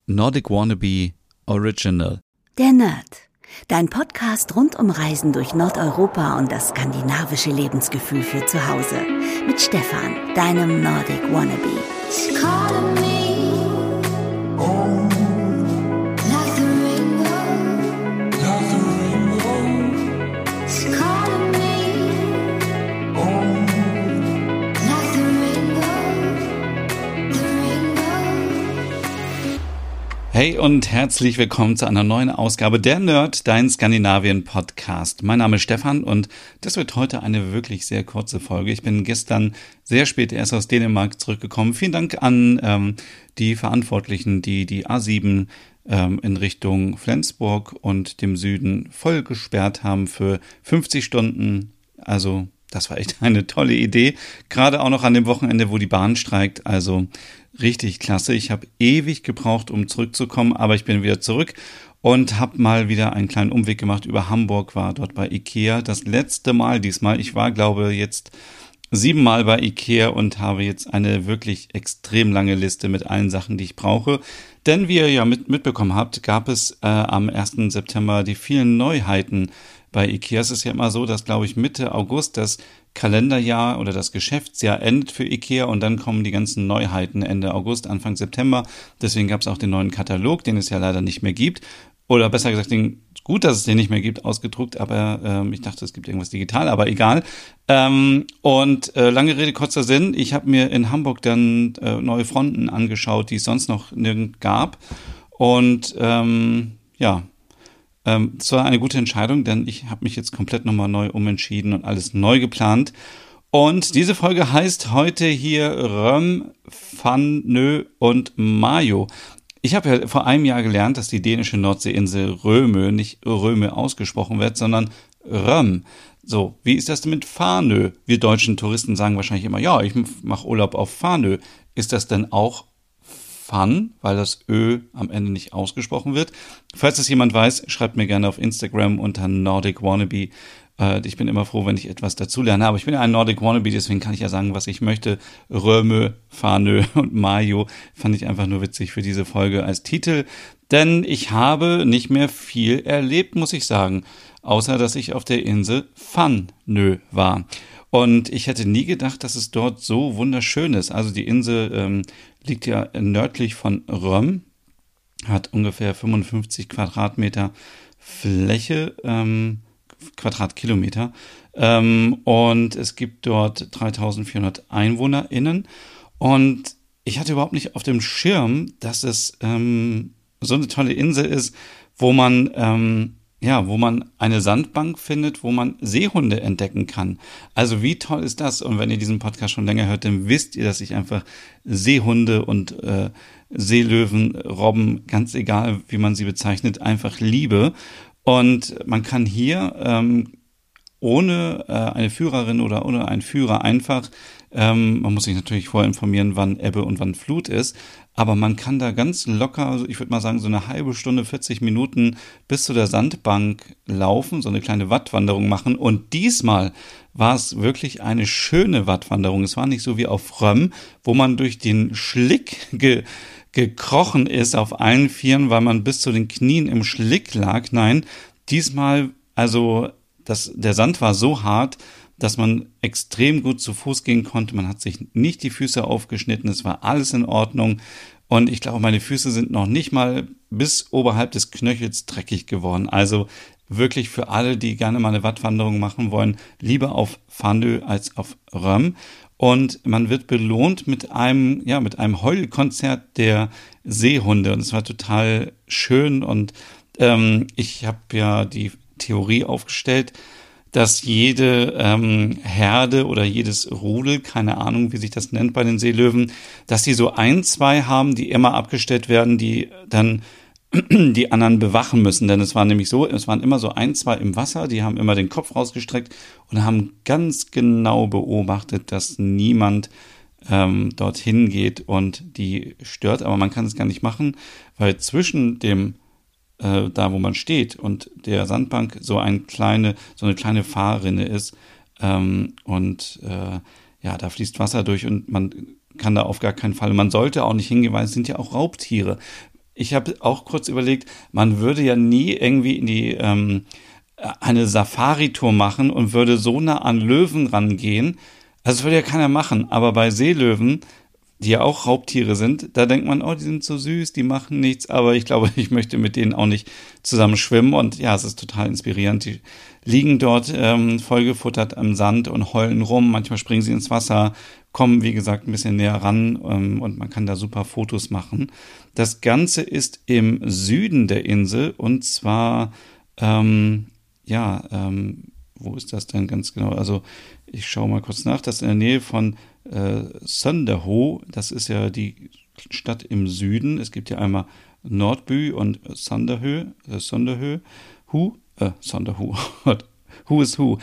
Nordic Wannabe Original. Der Nerd. Dein Podcast rund um Reisen durch Nordeuropa und das skandinavische Lebensgefühl für zu Hause. Mit Stefan, deinem Nordic Wannabe. Hey und herzlich willkommen zu einer neuen Ausgabe der Nerd, dein Skandinavien-Podcast. Mein Name ist Stefan und das wird heute eine wirklich sehr kurze Folge. Ich bin gestern sehr spät erst aus Dänemark zurückgekommen. Vielen Dank an die Verantwortlichen, die die A7 in Richtung Flensburg und dem Süden voll gesperrt haben für 50 Stunden. Also das war echt eine tolle Idee. Gerade auch noch an dem Wochenende, wo die Bahn streikt. Also richtig klasse. Ich habe ewig gebraucht, um zurückzukommen, aber ich bin wieder zurück und habe mal wieder einen kleinen Umweg gemacht über Hamburg, war dort bei Ikea. Das letzte Mal diesmal. Ich war, glaube jetzt 7 Mal bei Ikea und habe jetzt eine wirklich extrem lange Liste mit allen Sachen, die ich brauche. Denn wie ihr ja mitbekommen habt, gab es am 1. September die vielen Neuheiten bei Ikea. Es ist ja immer so, dass, glaube ich, Mitte August das Kalenderjahr oder das Geschäftsjahr endet für Ikea und dann kommen die ganzen Neuheiten Ende August, Anfang September. Deswegen gab es auch den neuen Katalog, den es ja leider nicht mehr gibt. Oder besser gesagt, gut, dass es den nicht mehr gibt, ausgedruckt, aber ich dachte, es gibt irgendwas digital, aber egal. Lange Rede, kurzer Sinn. Ich habe mir in Hamburg dann neue Fronten angeschaut, die es sonst noch nirgend gab. Und es war eine gute Entscheidung, denn ich habe mich jetzt komplett nochmal neu umentschieden und alles neu geplant. Und diese Folge heißt heute hier Röm, Fannö und Majo. Ich habe ja vor einem Jahr gelernt, dass die dänische Nordseeinsel Röme nicht Röme ausgesprochen wird, sondern Röm. So, wie ist das denn mit Fanö? Wir deutschen Touristen sagen wahrscheinlich immer, ja, ich mache Urlaub auf Fanö. Ist das denn auch Fun, weil das Ö am Ende nicht ausgesprochen wird? Falls es jemand weiß, schreibt mir gerne auf Instagram unter Nordic Wannabe. Ich bin immer froh, wenn ich etwas dazulerne, aber ich bin ja ein Nordic Wannabe, deswegen kann ich ja sagen, was ich möchte. Röme, Fanö und Majo fand ich einfach nur witzig für diese Folge als Titel, denn ich habe nicht mehr viel erlebt, muss ich sagen, außer dass ich auf der Insel Fannö war. Und ich hätte nie gedacht, dass es dort so wunderschön ist. Also die Insel liegt ja nördlich von Röm, hat ungefähr 55 Quadratmeter Fläche, Quadratkilometer. Und es gibt dort 3400 EinwohnerInnen. Und ich hatte überhaupt nicht auf dem Schirm, dass es so eine tolle Insel ist, wo man eine Sandbank findet, wo man Seehunde entdecken kann. Also wie toll ist das? Und wenn ihr diesen Podcast schon länger hört, dann wisst ihr, dass ich einfach Seehunde und Seelöwen, Robben, ganz egal, wie man sie bezeichnet, einfach liebe. Und man kann hier ohne eine Führerin oder ohne einen Führer einfach, man muss sich natürlich vorher informieren, wann Ebbe und wann Flut ist, aber man kann da ganz locker, ich würde mal sagen, so eine halbe Stunde, 40 Minuten bis zu der Sandbank laufen, so eine kleine Wattwanderung machen. Und diesmal war es wirklich eine schöne Wattwanderung. Es war nicht so wie auf Röm, wo man durch den Schlick gekrochen ist auf allen Vieren, weil man bis zu den Knien im Schlick lag. Nein, diesmal, also der Sand war so hart, dass man extrem gut zu Fuß gehen konnte. Man hat sich nicht die Füße aufgeschnitten, es war alles in Ordnung. Und ich glaube, meine Füße sind noch nicht mal bis oberhalb des Knöchels dreckig geworden. Also wirklich für alle, die gerne mal eine Wattwanderung machen wollen, lieber auf Fannö als auf Röm. Und man wird belohnt mit einem Heulkonzert der Seehunde. Und es war total schön. Und ich habe ja die Theorie aufgestellt, dass jede Herde oder jedes Rudel, keine Ahnung, wie sich das nennt bei den Seelöwen, dass die so 1, 2 haben, die immer abgestellt werden, die dann die anderen bewachen müssen. Denn es war nämlich so, es waren immer so 1, 2 im Wasser, die haben immer den Kopf rausgestreckt und haben ganz genau beobachtet, dass niemand dorthin geht und die stört. Aber man kann es gar nicht machen, weil zwischen dem da wo man steht und der Sandbank so eine kleine Fahrrinne ist da fließt Wasser durch und man kann da auf gar keinen Fall, man sollte auch nicht hingehen, weil es sind ja auch Raubtiere. ich habe auch kurz überlegt, man würde ja nie irgendwie in die eine Safari-Tour machen und würde so nah an Löwen rangehen. Also das würde ja keiner machen, aber bei Seelöwen, die ja auch Raubtiere sind, da denkt man, oh, die sind so süß, die machen nichts, aber ich glaube, ich möchte mit denen auch nicht zusammen schwimmen und ja, es ist total inspirierend. Die liegen dort vollgefuttert am Sand und heulen rum, manchmal springen sie ins Wasser, kommen, wie gesagt, ein bisschen näher ran und man kann da super Fotos machen. Das Ganze ist im Süden der Insel und zwar, wo ist das denn ganz genau? Also ich schaue mal kurz nach, das ist in der Nähe von Sonderho, das ist ja die Stadt im Süden. Es gibt ja einmal Nordby und Sonderhö, Sonderhu, Who is Who.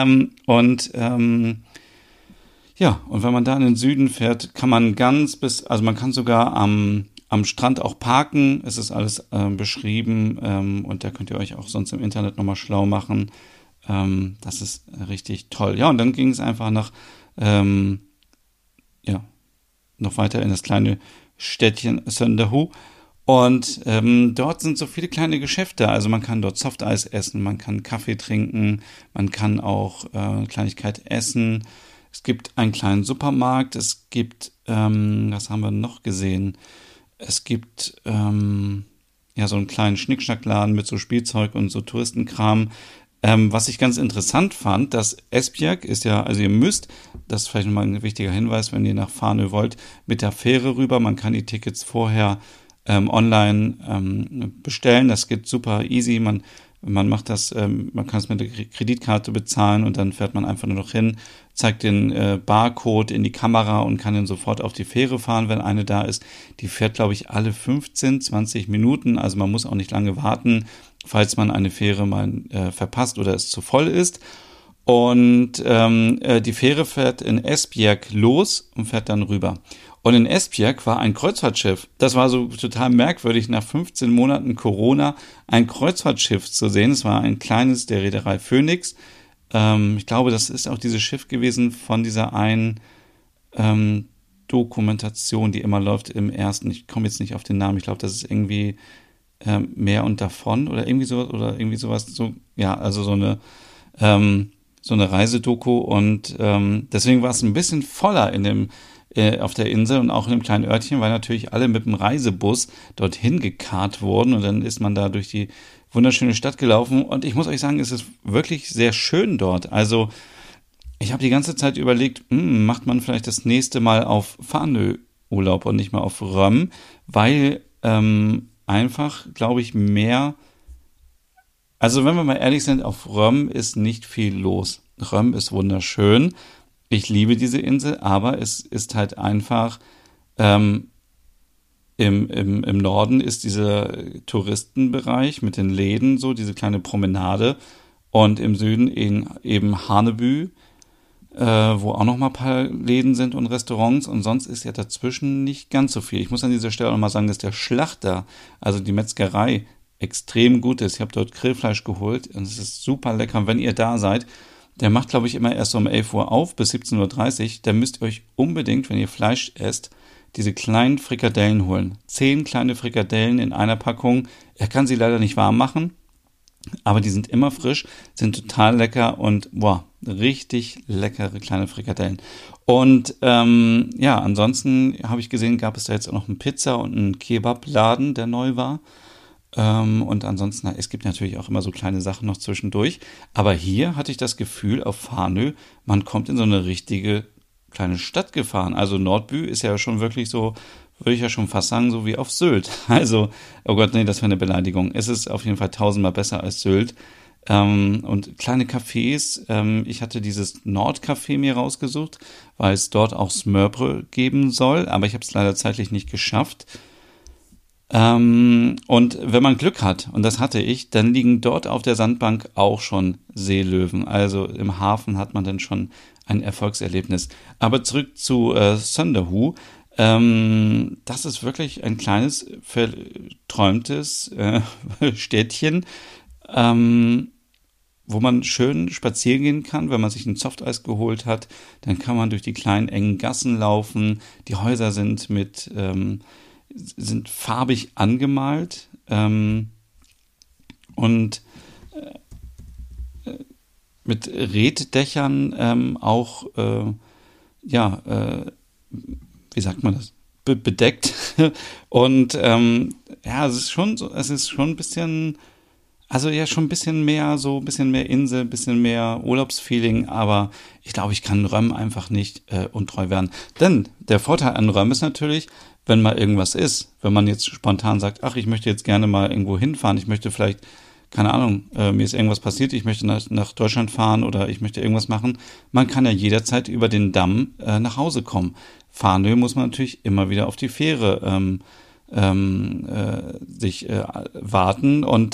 Und wenn man da in den Süden fährt, kann man also man kann sogar am Strand auch parken. Es ist alles beschrieben und da könnt ihr euch auch sonst im Internet nochmal schlau machen. Das ist richtig toll. Ja, und dann ging es einfach noch weiter in das kleine Städtchen Sonderhu. Und dort sind so viele kleine Geschäfte. Also man kann dort Softeis essen, man kann Kaffee trinken, man kann auch Kleinigkeit essen. Es gibt einen kleinen Supermarkt, es gibt, was haben wir noch gesehen? Es gibt so einen kleinen Schnickschnackladen mit so Spielzeug und so Touristenkram. Was ich ganz interessant fand, das Esbjerg ist ja, also ihr müsst, das ist vielleicht nochmal ein wichtiger Hinweis, wenn ihr nach Farnö wollt, mit der Fähre rüber. Man kann die Tickets vorher online bestellen. Das geht super easy. Man macht das, man kann es mit der Kreditkarte bezahlen und dann fährt man einfach nur noch hin, zeigt den Barcode in die Kamera und kann dann sofort auf die Fähre fahren, wenn eine da ist. Die fährt, glaube ich, alle 15, 20 Minuten. Also man muss auch nicht lange warten, falls man eine Fähre mal verpasst oder es zu voll ist. Und die Fähre fährt in Esbjerg los und fährt dann rüber. Und in Esbjerg war ein Kreuzfahrtschiff. Das war so total merkwürdig, nach 15 Monaten Corona ein Kreuzfahrtschiff zu sehen. Es war ein kleines der Reederei Phoenix. Ich glaube, das ist auch dieses Schiff gewesen von dieser einen Dokumentation, die immer läuft im ersten. Ich komme jetzt nicht auf den Namen. Ich glaube, das ist irgendwie Mehr und davon oder irgendwie sowas. So, ja, also so eine Reisedoku und deswegen war es ein bisschen voller auf der Insel und auch in dem kleinen Örtchen, weil natürlich alle mit dem Reisebus dorthin gekarrt wurden und dann ist man da durch die wunderschöne Stadt gelaufen und ich muss euch sagen, es ist wirklich sehr schön dort. Also ich habe die ganze Zeit überlegt, macht man vielleicht das nächste Mal auf Farnö Urlaub und nicht mal auf Røm, weil einfach, glaube ich, mehr. Also wenn wir mal ehrlich sind, auf Røm ist nicht viel los. Røm ist wunderschön. Ich liebe diese Insel, aber es ist halt einfach, im Norden ist dieser Touristenbereich mit den Läden, so diese kleine Promenade und im Süden eben Hanebü, wo auch noch mal ein paar Läden sind und Restaurants und sonst ist ja dazwischen nicht ganz so viel. Ich muss an dieser Stelle auch noch mal sagen, dass der Schlachter, also die Metzgerei, extrem gut ist. Ich habe dort Grillfleisch geholt und es ist super lecker. Wenn ihr da seid, der macht, glaube ich, immer erst um 11 Uhr auf bis 17:30 Uhr. Da müsst ihr euch unbedingt, wenn ihr Fleisch esst, diese kleinen Frikadellen holen. 10 kleine Frikadellen in einer Packung. Er kann sie leider nicht warm machen, aber die sind immer frisch, sind total lecker und richtig leckere kleine Frikadellen. Und ansonsten habe ich gesehen, gab es da jetzt auch noch einen Pizza- und einen Kebabladen, der neu war. Und ansonsten, es gibt natürlich auch immer so kleine Sachen noch zwischendurch. Aber hier hatte ich das Gefühl auf Farnö, man kommt in so eine richtige kleine Stadt gefahren. Also Nordby ist ja schon wirklich so, würde ich ja schon fast sagen, so wie auf Sylt. Also, oh Gott, nee, das wäre eine Beleidigung. Es ist auf jeden Fall 1000-mal besser als Sylt. Und kleine Cafés, ich hatte dieses Nordcafé mir rausgesucht, weil es dort auch Smørbrød geben soll, aber ich habe es leider zeitlich nicht geschafft. Und wenn man Glück hat, und das hatte ich, dann liegen dort auf der Sandbank auch schon Seelöwen. Also im Hafen hat man dann schon ein Erfolgserlebnis. Aber zurück zu Sonderhu. Das ist wirklich ein kleines, verträumtes Städtchen, wo man schön spazieren gehen kann. Wenn man sich ein Softeis geholt hat, dann kann man durch die kleinen engen Gassen laufen. Die Häuser sind mit sind farbig angemalt und mit Reetdächern auch, wie sagt man das? Bedeckt. Und es ist schon so, es ist schon ein bisschen, also ja, schon ein bisschen mehr, so ein bisschen mehr Insel, ein bisschen mehr Urlaubsfeeling, aber ich glaube, ich kann Röm einfach nicht untreu werden. Denn der Vorteil an Röm ist natürlich, wenn mal irgendwas ist, wenn man jetzt spontan sagt, ach, ich möchte jetzt gerne mal irgendwo hinfahren, ich möchte vielleicht, keine Ahnung, mir ist irgendwas passiert, ich möchte nach Deutschland fahren oder ich möchte irgendwas machen, man kann ja jederzeit über den Damm nach Hause kommen. Fahren muss man natürlich immer wieder auf die Fähre sich warten und